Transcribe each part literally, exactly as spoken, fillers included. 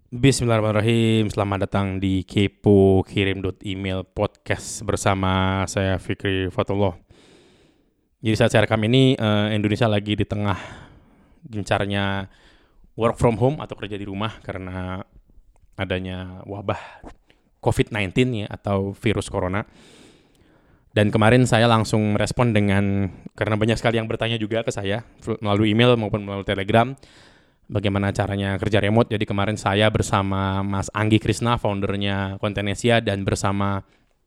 Bismillahirrahmanirrahim. Selamat datang di Kepo Kirim Email Podcast bersama saya Fikri Fatullah. Jadi saat saya rekam ini uh, Indonesia lagi di tengah gencarnya work from home atau kerja di rumah karena adanya wabah covid sembilan belas ya atau virus corona. Dan kemarin saya langsung merespon dengan, karena banyak sekali yang bertanya juga ke saya melalui email maupun melalui Telegram, bagaimana caranya kerja remote. Jadi kemarin saya bersama Mas Anggi Krisna, foundernya Kontenesia, dan bersama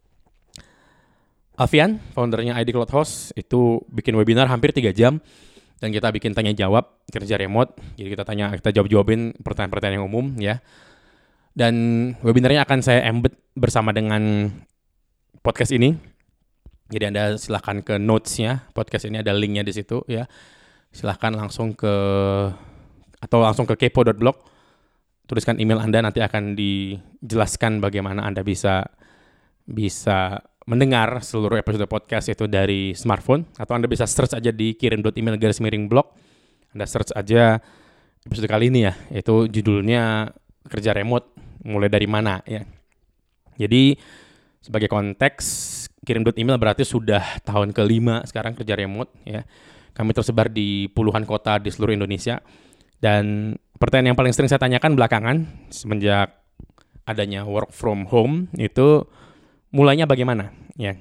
Alfian, foundernya I D Cloud Host, itu bikin webinar hampir tiga jam. Dan kita bikin tanya jawab kerja remote. Jadi kita tanya, kita jawab-jawabin pertanyaan-pertanyaan yang umum ya. Dan webinarnya akan saya embed bersama dengan podcast ini. Jadi Anda silahkan ke notes-nya, podcast ini ada link-nya di situ ya. Silahkan langsung ke atau langsung ke kepo dot blog, tuliskan email Anda, nanti akan dijelaskan bagaimana Anda bisa bisa mendengar seluruh episode podcast itu dari smartphone, atau Anda bisa search aja di kirim.email garis miring blog. Anda search aja episode kali ini ya, itu judulnya kerja remote mulai dari mana ya. Jadi sebagai konteks, kirim.email berarti sudah tahun kelima sekarang kerja remote ya. Kami tersebar di puluhan kota di seluruh Indonesia. Dan pertanyaan yang paling sering saya tanyakan belakangan semenjak adanya work from home itu mulainya bagaimana ya.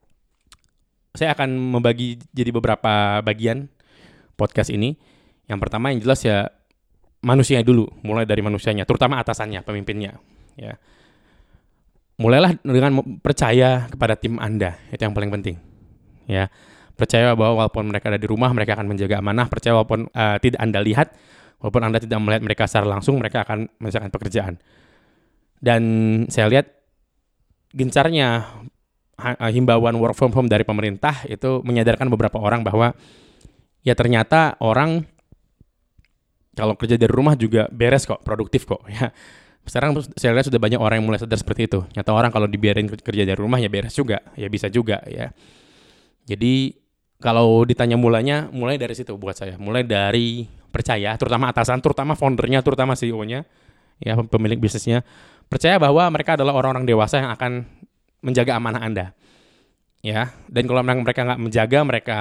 Saya akan membagi jadi beberapa bagian podcast ini. Yang pertama yang jelas ya manusianya dulu, mulai dari manusianya, terutama atasannya, pemimpinnya ya. Mulailah dengan percaya kepada tim Anda, itu yang paling penting ya. Percaya bahwa walaupun mereka ada di rumah, mereka akan menjaga amanah. Percaya walaupun uh, tidak Anda lihat, walaupun Anda tidak melihat mereka secara langsung, mereka akan menyelesaikan pekerjaan. Dan saya lihat gencarnya himbauan work from home dari pemerintah itu menyadarkan beberapa orang bahwa ya ternyata orang kalau kerja dari rumah juga beres kok, produktif kok ya. Sekarang saya lihat sudah banyak orang yang mulai sadar seperti itu. Nyata orang kalau dibiarin kerja dari rumah ya beres juga, ya bisa juga ya. Jadi kalau ditanya mulainya, mulai dari situ buat saya. Mulai dari percaya, terutama atasan, terutama foundernya, terutama C E O-nya, ya pemilik bisnisnya. Percaya bahwa mereka adalah orang-orang dewasa yang akan menjaga amanah Anda. Ya, dan kalau mereka nggak menjaga, mereka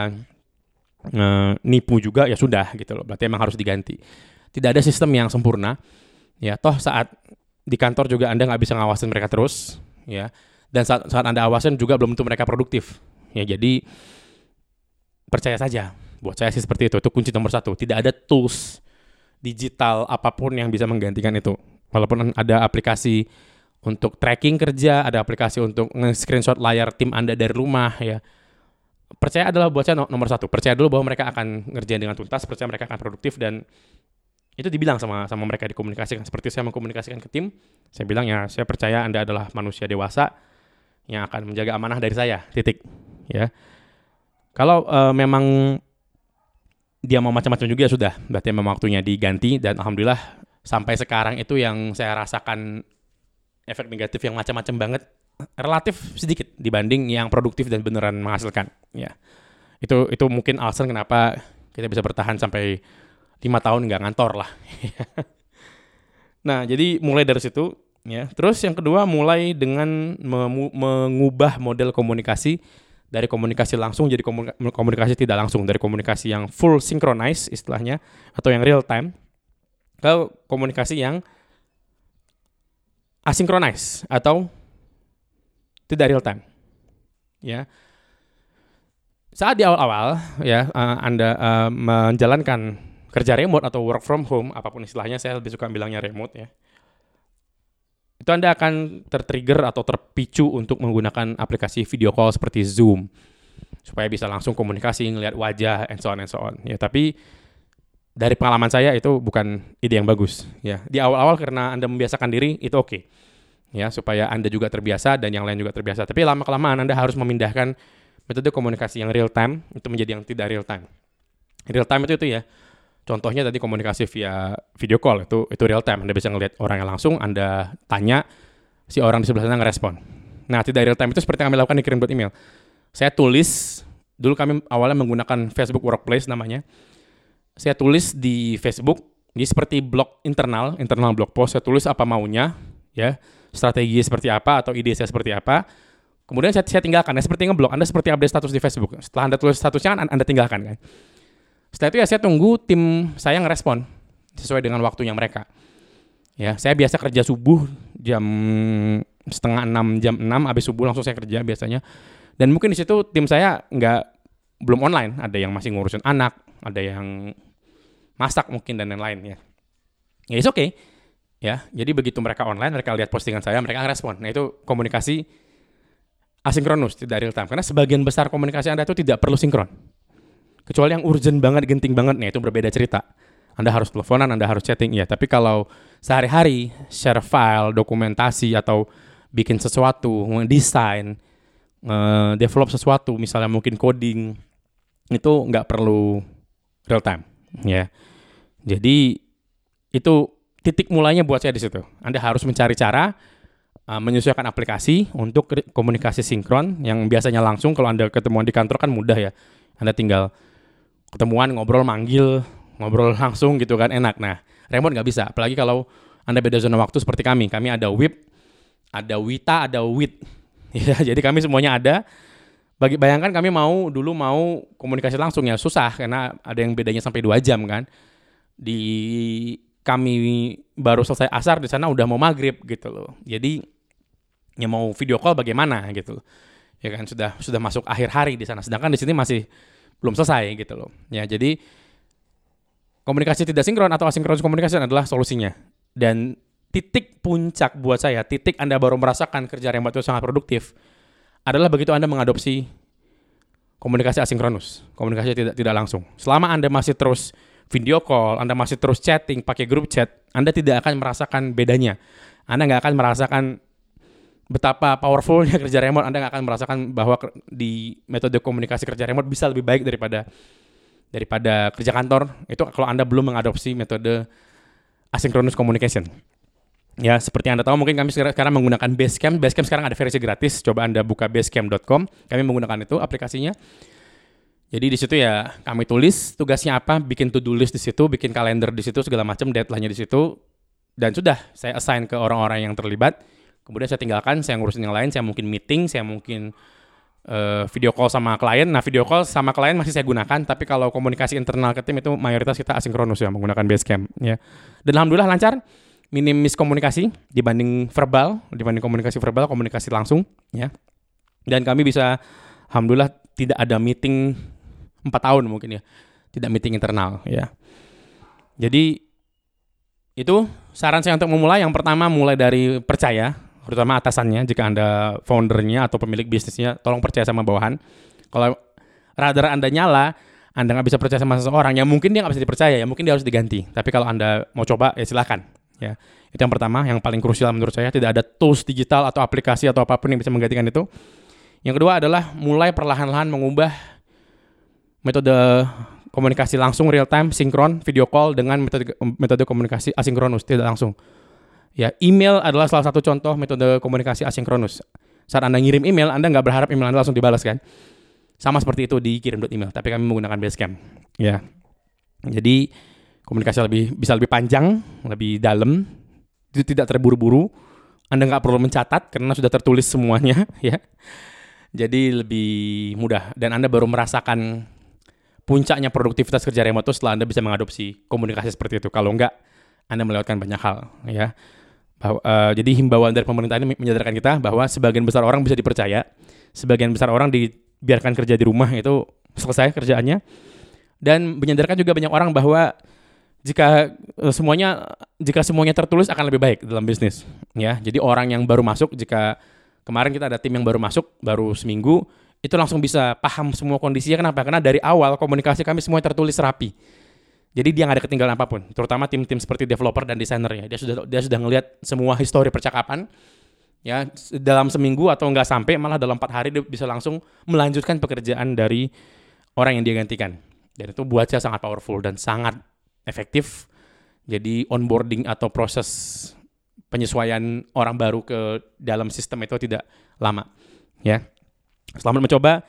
e, nipu juga, ya sudah gitu loh. Berarti emang harus diganti. Tidak ada sistem yang sempurna. Ya, toh saat di kantor juga Anda nggak bisa ngawasin mereka terus. Ya, dan saat, saat Anda awasin juga belum tentu mereka produktif. Ya, jadi percaya saja. Buat saya sih seperti itu. Itu kunci nomor satu. Tidak ada tools digital apapun yang bisa menggantikan itu. Walaupun ada aplikasi untuk tracking kerja, ada aplikasi untuk nge-screenshot layar tim Anda dari rumah ya. Percaya adalah buat saya nomor satu. Percaya dulu bahwa mereka akan ngerjain dengan tuntas, percaya mereka akan produktif, dan itu dibilang sama sama mereka, dikomunikasikan. Seperti saya mengkomunikasikan ke tim, saya bilang ya, saya percaya Anda adalah manusia dewasa yang akan menjaga amanah dari saya. Titik. Ya. Kalau uh, memang dia mau macam-macam juga ya sudah, berarti memang waktunya diganti. Dan alhamdulillah sampai sekarang itu yang saya rasakan efek negatif yang macam-macam banget relatif sedikit dibanding yang produktif dan beneran menghasilkan. Ya, itu itu mungkin alasan kenapa kita bisa bertahan sampai lima tahun nggak ngantor lah. Nah, jadi mulai dari situ ya. Terus yang kedua mulai dengan memu- mengubah model komunikasi dari komunikasi langsung jadi komunikasi tidak langsung, dari komunikasi yang full synchronize istilahnya atau yang real time ke komunikasi yang asynchronous atau tidak real time. Ya. Saat di awal-awal ya Anda uh, menjalankan kerja remote atau work from home, apapun istilahnya, saya lebih suka bilangnya remote ya. Itu Anda akan tertrigger atau terpicu untuk menggunakan aplikasi video call seperti Zoom supaya bisa langsung komunikasi, ngelihat wajah, and so on and so on. Ya, tapi dari pengalaman saya itu bukan ide yang bagus. Ya, di awal-awal karena Anda membiasakan diri itu oke. Okay. Ya, supaya Anda juga terbiasa dan yang lain juga terbiasa. Tapi lama-kelamaan Anda harus memindahkan metode komunikasi yang real time itu menjadi yang tidak real time. Real time itu itu ya. Contohnya tadi komunikasi via video call, itu itu real time. Anda bisa ngelihat orangnya langsung, Anda tanya, si orang di sebelah sana ngerespon. Nah, tidak real time itu seperti yang kami lakukan di kirim.email. Saya tulis, dulu kami awalnya menggunakan Facebook Workplace namanya. Saya tulis di Facebook Jadi seperti blog internal, internal blog post, saya tulis apa maunya, ya, strategi seperti apa atau ide saya seperti apa. Kemudian saya, saya tinggalkan. Ya, seperti ngeblog, Anda seperti update status di Facebook. Setelah Anda tulis statusnya kan Anda tinggalkan kan. Setelah itu ya saya tunggu tim saya ngerespon sesuai dengan waktunya mereka. Ya, saya biasa kerja subuh jam setengah enam, jam enam, habis subuh langsung saya kerja biasanya. Dan mungkin di situ tim saya nggak belum online, ada yang masih ngurusin anak, ada yang masak mungkin dan lain-lain ya. Ya it's okay. Ya, jadi begitu mereka online, mereka lihat postingan saya, mereka ngerespon. Nah itu komunikasi asinkronus, tidak real time. Karena sebagian besar komunikasi Anda itu tidak perlu sinkron. Kecuali yang urgent banget, genting banget, nah itu berbeda cerita. Anda harus teleponan, Anda harus chatting, ya. Tapi kalau sehari-hari share file, dokumentasi atau bikin sesuatu, desain, develop sesuatu, misalnya mungkin coding, itu nggak perlu real time, ya. Jadi itu titik mulainya buat saya di situ. Anda harus mencari cara uh, menyesuaikan aplikasi untuk komunikasi sinkron yang biasanya langsung. Kalau Anda ketemuan di kantor kan mudah ya. Anda tinggal ketemuan, ngobrol, manggil, ngobrol langsung gitu kan, enak. Nah, remote nggak bisa. Apalagi kalau Anda beda zona waktu seperti kami. Kami ada W I P, ada Wita, ada W I T. Ya, jadi kami semuanya ada. Bagi bayangkan kami mau dulu mau komunikasi langsung ya susah karena ada yang bedanya sampai dua jam kan. Di kami baru selesai asar, di sana udah mau maghrib gitu loh. Jadi ya mau video call bagaimana gitu. Ya kan sudah sudah masuk akhir hari di sana. Sedangkan di sini masih belum selesai gitu loh. Ya, jadi komunikasi tidak sinkron atau asinkronus komunikasi adalah solusinya. Dan titik puncak buat saya, titik Anda baru merasakan kerja remote itu sangat produktif adalah begitu Anda mengadopsi komunikasi asinkronus, komunikasi tidak tidak langsung. Selama Anda masih terus video call, Anda masih terus chatting pakai grup chat, Anda tidak akan merasakan bedanya. Anda nggak akan merasakan betapa powerfulnya kerja remote. Anda nggak akan merasakan bahwa di metode komunikasi kerja remote bisa lebih baik daripada daripada kerja kantor. Itu kalau Anda belum mengadopsi metode asynchronous communication. Ya, seperti Anda tahu mungkin kami sekarang menggunakan Basecamp. Basecamp sekarang ada versi gratis. Coba Anda buka basecamp dot com. Kami menggunakan itu aplikasinya. Jadi di situ ya kami tulis tugasnya apa, bikin to-do list di situ, bikin kalender di situ, segala macam, deadline-nya di situ. Dan sudah saya assign ke orang-orang yang terlibat. Kemudian saya tinggalkan, saya ngurusin yang lain, saya mungkin meeting, saya mungkin uh, video call sama klien. Nah, video call sama klien masih saya gunakan, tapi kalau komunikasi internal ke tim itu mayoritas kita asinkronus ya, menggunakan Basecamp ya. Dan alhamdulillah lancar, minim miskomunikasi dibanding verbal, dibanding komunikasi verbal, komunikasi langsung ya. Dan kami bisa alhamdulillah tidak ada meeting empat tahun mungkin ya. Tidak meeting internal ya. Jadi itu saran saya untuk memulai, yang pertama mulai dari percaya, terutama atasannya. Jika Anda foundernya atau pemilik bisnisnya, tolong percaya sama bawahan. Kalau radar Anda nyala, Anda nggak bisa percaya sama seseorang, ya mungkin dia nggak bisa dipercaya, ya mungkin dia harus diganti. Tapi kalau Anda mau coba, ya silakan. Ya, itu yang pertama, yang paling krusial menurut saya. Tidak ada tools digital atau aplikasi atau apapun yang bisa menggantikan itu. Yang kedua adalah mulai perlahan-lahan mengubah metode komunikasi langsung real time, sinkron, video call dengan metode metode komunikasi asinkronus, tidak langsung. Ya, email adalah salah satu contoh metode komunikasi asinkronus. Saat Anda ngirim email, Anda nggak berharap email Anda langsung dibalas kan? Sama seperti itu dikirim email, tapi kami menggunakan Basecamp. Ya, jadi komunikasi lebih bisa lebih panjang, lebih dalam, itu tidak terburu-buru. Anda nggak perlu mencatat karena sudah tertulis semuanya, ya. Jadi lebih mudah dan Anda baru merasakan puncaknya produktivitas kerja remote itu setelah Anda bisa mengadopsi komunikasi seperti itu. Kalau enggak, Anda melewatkan banyak hal, ya. Bahwa, uh, jadi himbauan dari pemerintah ini menyadarkan kita bahwa sebagian besar orang bisa dipercaya, sebagian besar orang dibiarkan kerja di rumah itu selesai kerjaannya, dan menyadarkan juga banyak orang bahwa jika uh, semuanya jika semuanya tertulis akan lebih baik dalam bisnis, ya. Jadi orang yang baru masuk, jika kemarin kita ada tim yang baru masuk, baru seminggu, itu langsung bisa paham semua kondisinya. Kenapa? Karena dari awal komunikasi kami semua tertulis rapi. Jadi dia nggak ada ketinggalan apapun. Terutama tim-tim seperti developer dan desainer ya. Dia sudah dia sudah ngelihat semua histori percakapan. Ya, dalam seminggu atau nggak sampai, malah dalam empat hari dia bisa langsung melanjutkan pekerjaan dari orang yang dia gantikan. Dan itu buat saya sangat powerful dan sangat efektif. Jadi onboarding atau proses penyesuaian orang baru ke dalam sistem itu tidak lama. Ya. Selamat mencoba.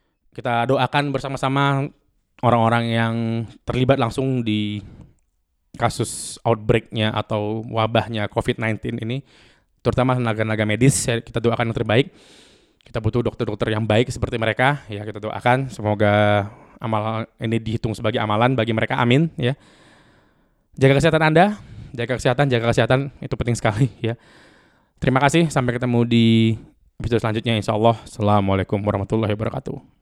Kita doakan bersama-sama orang-orang yang terlibat langsung di kasus outbreak-nya atau wabahnya covid sembilan belas ini, terutama tenaga-tenaga medis, kita doakan yang terbaik. Kita butuh dokter-dokter yang baik seperti mereka, ya kita doakan semoga amal ini dihitung sebagai amalan bagi mereka, amin ya. Jaga kesehatan Anda, jaga kesehatan, jaga kesehatan itu penting sekali ya. Terima kasih, sampai ketemu di episode selanjutnya insyaallah. Assalamualaikum warahmatullahi wabarakatuh.